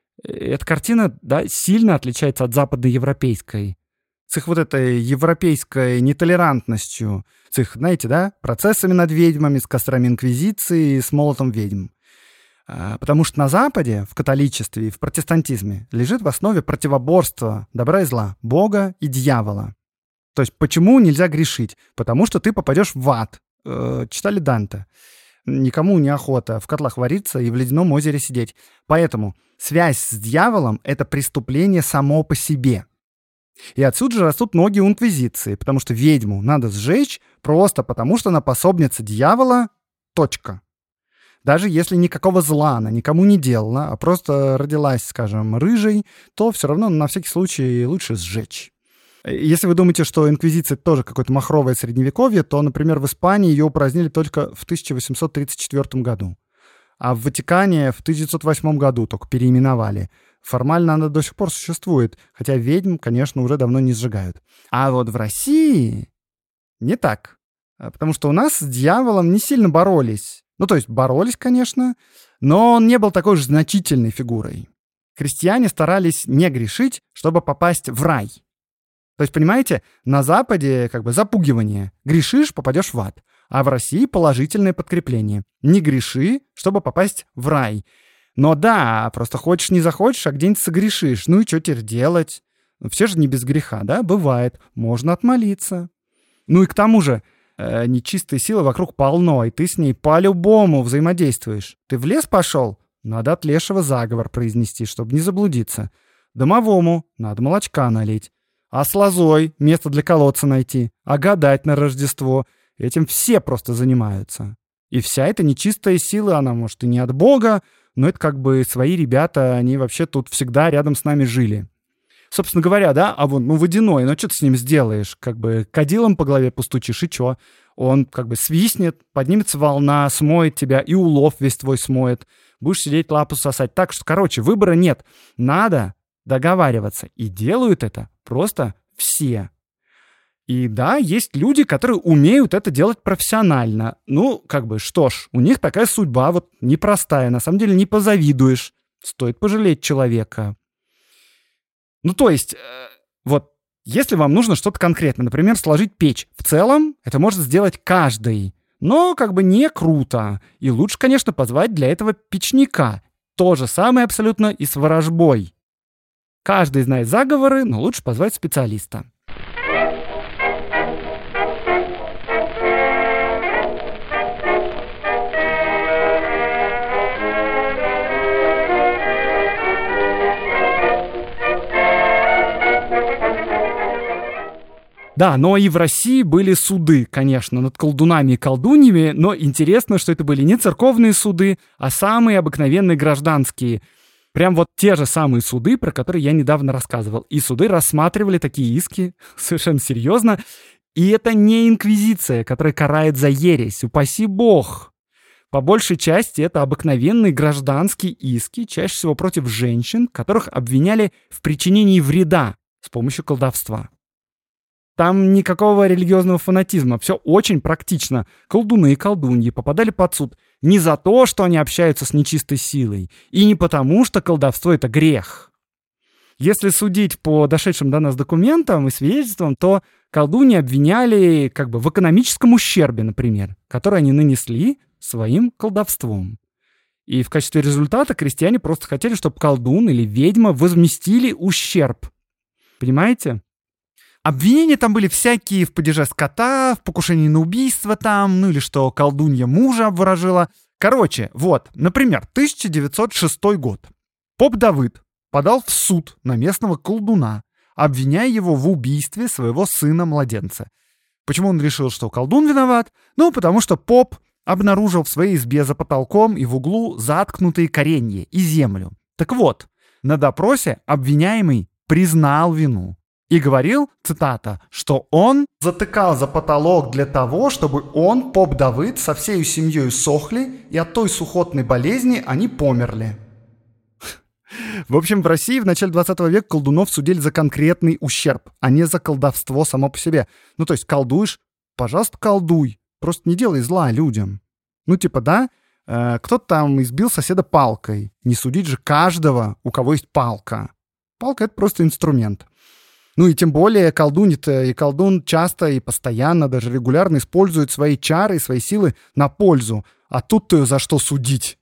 Эта картина, да, сильно отличается от западноевропейской. С их вот этой европейской нетолерантностью, с их, знаете, да, процессами над ведьмами, с кострами инквизиции, с молотом ведьм. Потому что на Западе, в католичестве и в протестантизме лежит в основе противоборство добра и зла, Бога и дьявола. То есть почему нельзя грешить? Потому что ты попадешь в ад. Э, читали Данте. Никому не охота в котлах вариться и в ледяном озере сидеть. Поэтому связь с дьяволом — это преступление само по себе. И отсюда же растут ноги у инквизиции, потому что ведьму надо сжечь просто потому, что она пособница дьявола. Точка. Даже если никакого зла она никому не делала, а просто родилась, скажем, рыжей, то все равно на всякий случай лучше сжечь. Если вы думаете, что инквизиция тоже какое-то махровое средневековье, то, например, в Испании ее упразднили только в тысяча восемьсот тридцать четвёртом году. А в Ватикане в тысяча девятьсот восьмом году только переименовали. Формально она до сих пор существует, хотя ведьм, конечно, уже давно не сжигают. А вот в России не так. Потому что у нас с дьяволом не сильно боролись. Ну, то есть боролись, конечно, но он не был такой же значительной фигурой. Крестьяне старались не грешить, чтобы попасть в рай. То есть, понимаете, на Западе как бы запугивание. Грешишь — попадешь в ад. А в России положительное подкрепление. Не греши, чтобы попасть в рай. Но да, просто хочешь не захочешь, а где-нибудь согрешишь. Ну и что теперь делать? Все же не без греха, да? Бывает. Можно отмолиться. Ну и к тому же, э, нечистой силы вокруг полно, и ты с ней по-любому взаимодействуешь. Ты в лес пошел? Надо от лешего заговор произнести, чтобы не заблудиться. Домовому надо молочка налить. А с лозой место для колодца найти. А гадать на Рождество. Этим все просто занимаются. И вся эта нечистая сила, она, может, и не от Бога, но это как бы свои ребята, они вообще тут всегда рядом с нами жили. Собственно говоря, да, а вон, ну, водяной, ну, что ты с ним сделаешь? Как бы кадилом по голове постучишь, и чё? Он как бы свистнет, поднимется волна, смоет тебя, и улов весь твой смоет. Будешь сидеть, лапу сосать. Так что, короче, выбора нет. Надо договариваться. И делают это просто все. И да, есть люди, которые умеют это делать профессионально. Ну, как бы, что ж, у них такая судьба вот непростая. На самом деле не позавидуешь. Стоит пожалеть человека. Ну, то есть, э, вот, если вам нужно что-то конкретное, например, сложить печь, в целом это может сделать каждый. Но как бы не круто. И лучше, конечно, позвать для этого печника. То же самое абсолютно и с ворожбой. Каждый знает заговоры, но лучше позвать специалиста. Да, но и в России были суды, конечно, над колдунами и колдуньями, но интересно, что это были не церковные суды, а самые обыкновенные гражданские. Прям вот те же самые суды, про которые я недавно рассказывал. И суды рассматривали такие иски совершенно серьезно. И это не инквизиция, которая карает за ересь, упаси бог. По большей части это обыкновенные гражданские иски, чаще всего против женщин, которых обвиняли в причинении вреда с помощью колдовства. Там никакого религиозного фанатизма, все очень практично. Колдуны и колдуньи попадали под суд не за то, что они общаются с нечистой силой, и не потому, что колдовство — это грех. Если судить по дошедшим до нас документам и свидетельствам, то колдуньи обвиняли как бы в экономическом ущербе, например, который они нанесли своим колдовством. И в качестве результата крестьяне просто хотели, чтобы колдун или ведьма возместили ущерб. Понимаете? Обвинения там были всякие в падеже скота, в покушении на убийство там, ну или что колдунья мужа обворожила. Короче, вот, например, тысяча девятьсот шестой год. Поп Давыд подал в суд на местного колдуна, обвиняя его в убийстве своего сына-младенца. Почему он решил, что колдун виноват? Ну, потому что поп обнаружил в своей избе за потолком и в углу заткнутые коренья и землю. Так вот, на допросе обвиняемый признал вину и говорил, цитата, что он затыкал за потолок для того, чтобы он, поп Давыд, со всей семьей сохли, и от той сухотной болезни они померли. В общем, в России в начале двадцатого века колдунов судили за конкретный ущерб, а не за колдовство само по себе. Ну, то есть колдуешь, пожалуйста, колдуй. Просто не делай зла людям. Ну, типа, да, э, кто-то там избил соседа палкой. Не судить же каждого, у кого есть палка. Палка — это просто инструмент. Ну и тем более колдунья-то и колдун часто и постоянно, даже регулярно используют свои чары и свои силы на пользу. А тут-то ее за что судить?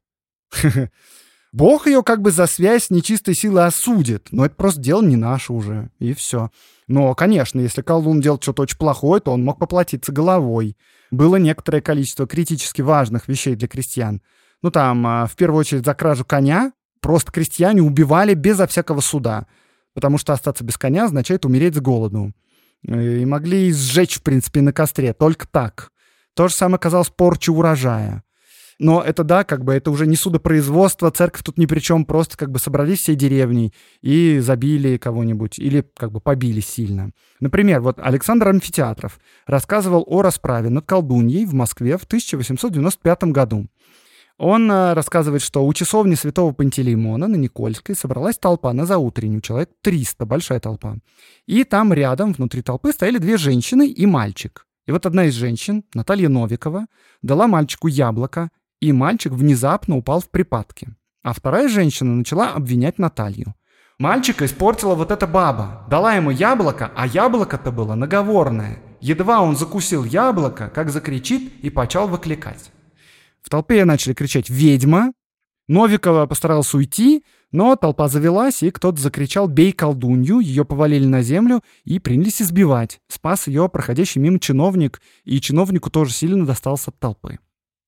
Бог ее как бы за связь с нечистой силой осудит, но это просто дело не наше уже, и все. Но, конечно, если колдун делал что-то очень плохое, то он мог поплатиться головой. Было некоторое количество критически важных вещей для крестьян. Ну там, в первую очередь, за кражу коня просто крестьяне убивали безо всякого суда, потому что остаться без коня означает умереть с голоду. И могли сжечь, в принципе, на костре, только так. То же самое казалось порчей урожая. Но это, да, как бы это уже не судопроизводство, церковь тут ни при чем, просто как бы собрались всей деревней и забили кого-нибудь или как бы побили сильно. Например, вот Александр Амфитеатров рассказывал о расправе над колдуньей в Москве в тысяча восемьсот девяносто пятом году. Он э, рассказывает, что у часовни святого Пантелеймона на Никольской собралась толпа на заутреннюю, человек триста, большая толпа. И там рядом, внутри толпы, стояли две женщины и мальчик. И вот одна из женщин, Наталья Новикова, дала мальчику яблоко, и мальчик внезапно упал в припадке. А вторая женщина начала обвинять Наталью. Мальчика испортила вот эта баба. Дала ему яблоко, а яблоко-то было наговорное. Едва он закусил яблоко, как закричит и почал выкликать. В толпе начали кричать «Ведьма!». Новикова постаралась уйти, но толпа завелась, и кто-то закричал «Бей колдунью!». Ее повалили на землю и принялись избивать. Спас ее проходящий мимо чиновник, и чиновнику тоже сильно достался от толпы.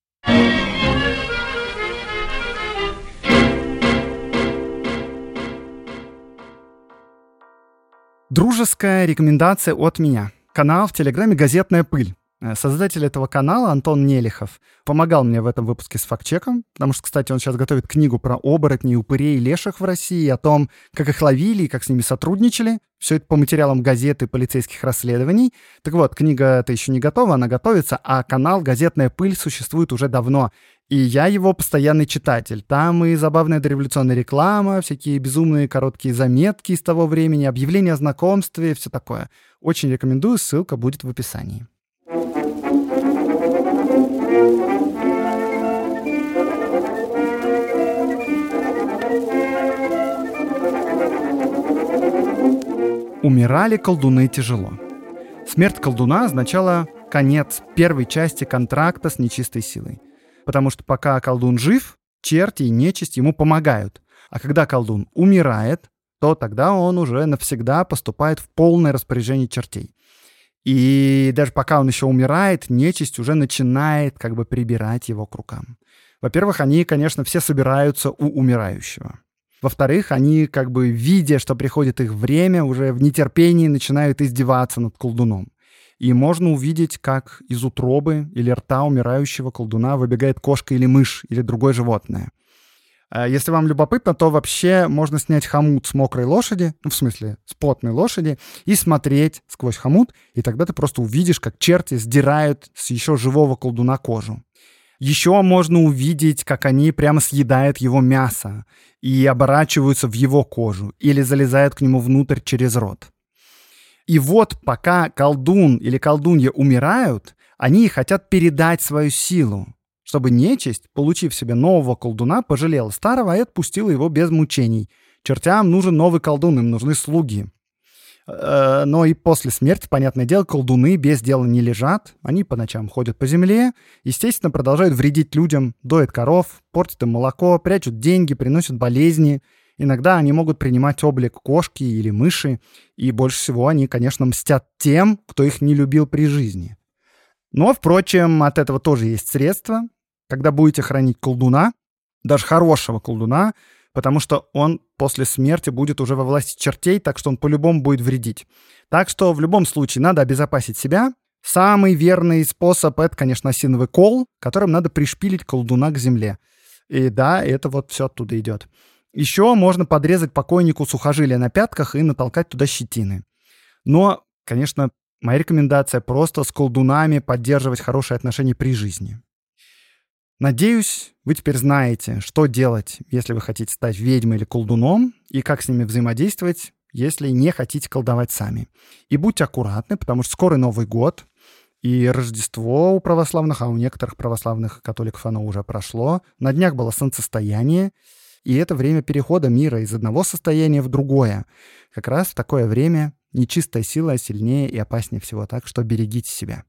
Дружеская рекомендация от меня. Канал в Телеграме «Газетная пыль». Создатель этого канала, Антон Нелихов, помогал мне в этом выпуске с фактчеком, потому что, кстати, он сейчас готовит книгу про оборотней, упырей и леших в России, о том, как их ловили и как с ними сотрудничали. Все это по материалам газеты полицейских расследований. Так вот, книга-то еще не готова, она готовится, а канал «Газетная пыль» существует уже давно. И я его постоянный читатель. Там и забавная дореволюционная реклама, всякие безумные короткие заметки из того времени, объявления о знакомстве, все такое. Очень рекомендую, ссылка будет в описании. Умирали колдуны тяжело. Смерть колдуна означала конец первой части контракта с нечистой силой. Потому что пока колдун жив, черти и нечисть ему помогают. А когда колдун умирает, то тогда он уже навсегда поступает в полное распоряжение чертей. И даже пока он еще умирает, нечисть уже начинает как бы прибирать его к рукам. Во-первых, они, конечно, все собираются у умирающего. Во-вторых, они, как бы видя, что приходит их время, уже в нетерпении начинают издеваться над колдуном. И можно увидеть, как из утробы или рта умирающего колдуна выбегает кошка или мышь, или другое животное. Если вам любопытно, то вообще можно снять хомут с мокрой лошади, ну, в смысле, с потной лошади, и смотреть сквозь хомут, и тогда ты просто увидишь, как черти сдирают с еще живого колдуна кожу. Еще можно увидеть, как они прямо съедают его мясо и оборачиваются в его кожу или залезают к нему внутрь через рот. И вот пока колдун или колдунья умирают, они хотят передать свою силу, чтобы нечисть, получив себе нового колдуна, пожалела старого и отпустила его без мучений. Чертям нужен новый колдун, им нужны слуги. Но и после смерти, понятное дело, колдуны без дела не лежат. Они по ночам ходят по земле, естественно, продолжают вредить людям, доят коров, портят им молоко, прячут деньги, приносят болезни. Иногда они могут принимать облик кошки или мыши, и больше всего они, конечно, мстят тем, кто их не любил при жизни. Но, впрочем, от этого тоже есть средства. Когда будете хранить колдуна, даже хорошего колдуна, потому что он после смерти будет уже во власти чертей, так что он по-любому будет вредить. Так что в любом случае надо обезопасить себя. Самый верный способ — это, конечно, осиновый кол, которым надо пришпилить колдуна к земле. И да, это вот все оттуда идет. Еще можно подрезать покойнику сухожилия на пятках и натолкать туда щетины. Но, конечно, моя рекомендация — просто с колдунами поддерживать хорошие отношения при жизни. Надеюсь, вы теперь знаете, что делать, если вы хотите стать ведьмой или колдуном, и как с ними взаимодействовать, если не хотите колдовать сами. И будьте аккуратны, потому что скоро Новый год, и Рождество у православных, а у некоторых православных католиков оно уже прошло. На днях было солнцестояние, и это время перехода мира из одного состояния в другое. Как раз в такое время нечистая сила сильнее и опаснее всего, так что берегите себя.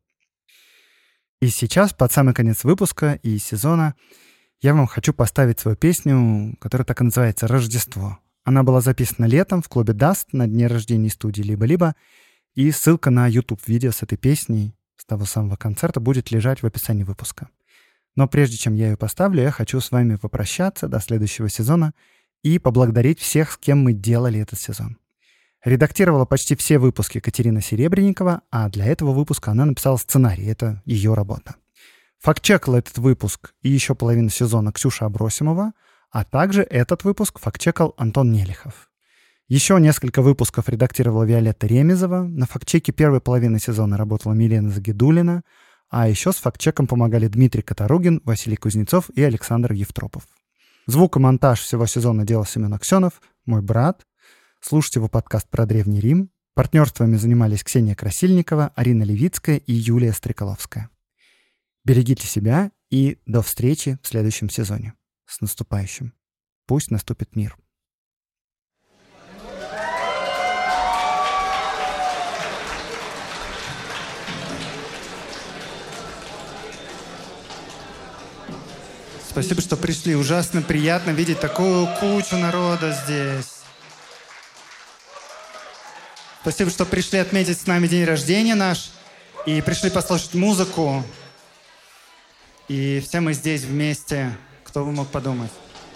И сейчас, под самый конец выпуска и сезона, я вам хочу поставить свою песню, которая так и называется «Рождество». Она была записана летом в клубе Dust на дне рождения студии «Либо-либо», и ссылка на YouTube-видео с этой песней с того самого концерта будет лежать в описании выпуска. Но прежде чем я ее поставлю, я хочу с вами попрощаться до следующего сезона и поблагодарить всех, с кем мы делали этот сезон. Редактировала почти все выпуски Катерина Серебренникова, а для этого выпуска она написала сценарий. Это ее работа. Фактчекала этот выпуск и еще половину сезона Ксюша Абросимова, а также этот выпуск фактчекал Антон Нелихов. Еще несколько выпусков редактировала Виолетта Ремезова. На фактчеке первой половины сезона работала Милена Загидулина, а еще с фактчеком помогали Дмитрий Катаругин, Василий Кузнецов и Александр Евтропов. Звук и монтаж всего сезона делал Семен Аксенов, мой брат. Слушайте его подкаст про Древний Рим. Партнерствами занимались Ксения Красильникова, Арина Левицкая и Юлия Стреколовская. Берегите себя и до встречи в следующем сезоне. С наступающим. Пусть наступит мир. Спасибо, что пришли. Ужасно приятно видеть такую кучу народа здесь. Спасибо, что пришли отметить с нами день рождения наш и пришли послушать музыку. И все мы здесь вместе. Кто бы мог подумать?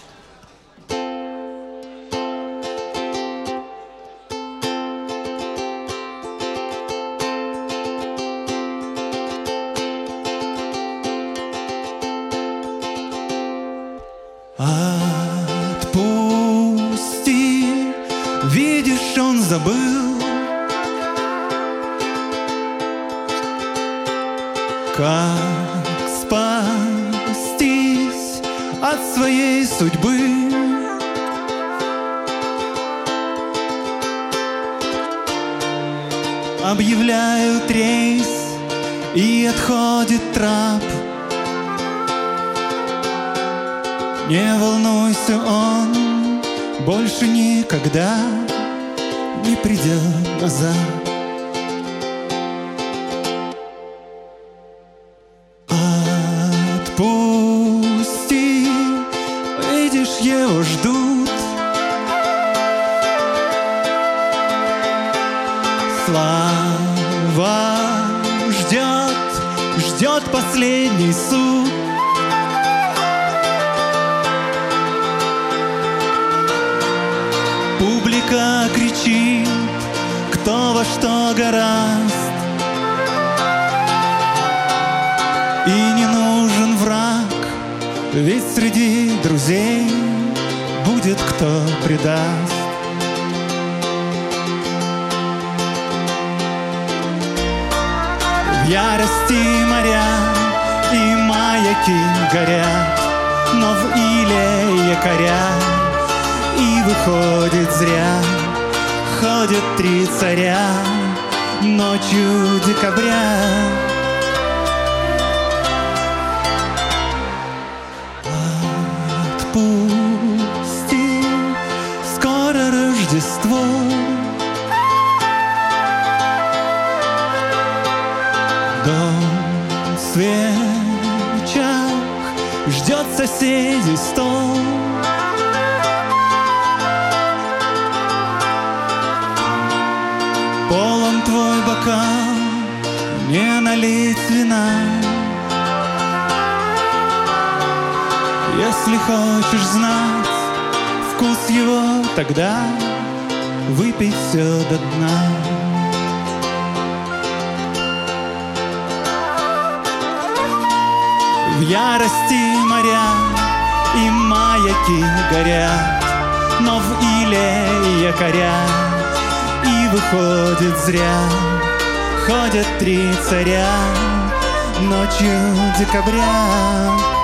Отпусти, видишь, он забыл, как спастись от своей судьбы. Объявляют рейс, и отходит трап. Не волнуйся, он больше никогда не придет назад. Отпусти, видишь, его ждут. Слава ждет, ждет последний суд. Публика кричит, кто во что горазд. И не нужен враг, ведь среди друзей будет кто предаст. В ярости моря и маяки горят, но в иле якоря и выходит зря. Ходят три царя ночью декабря. Отпусти, скоро Рождество. здесь стол. Полон твой бокал, не налить вина. Если хочешь знать вкус его, тогда выпей все до дна. В ярости моря и маяки горят, но в иле якоря, и выходит зря. Ходят три царя ночью декабря.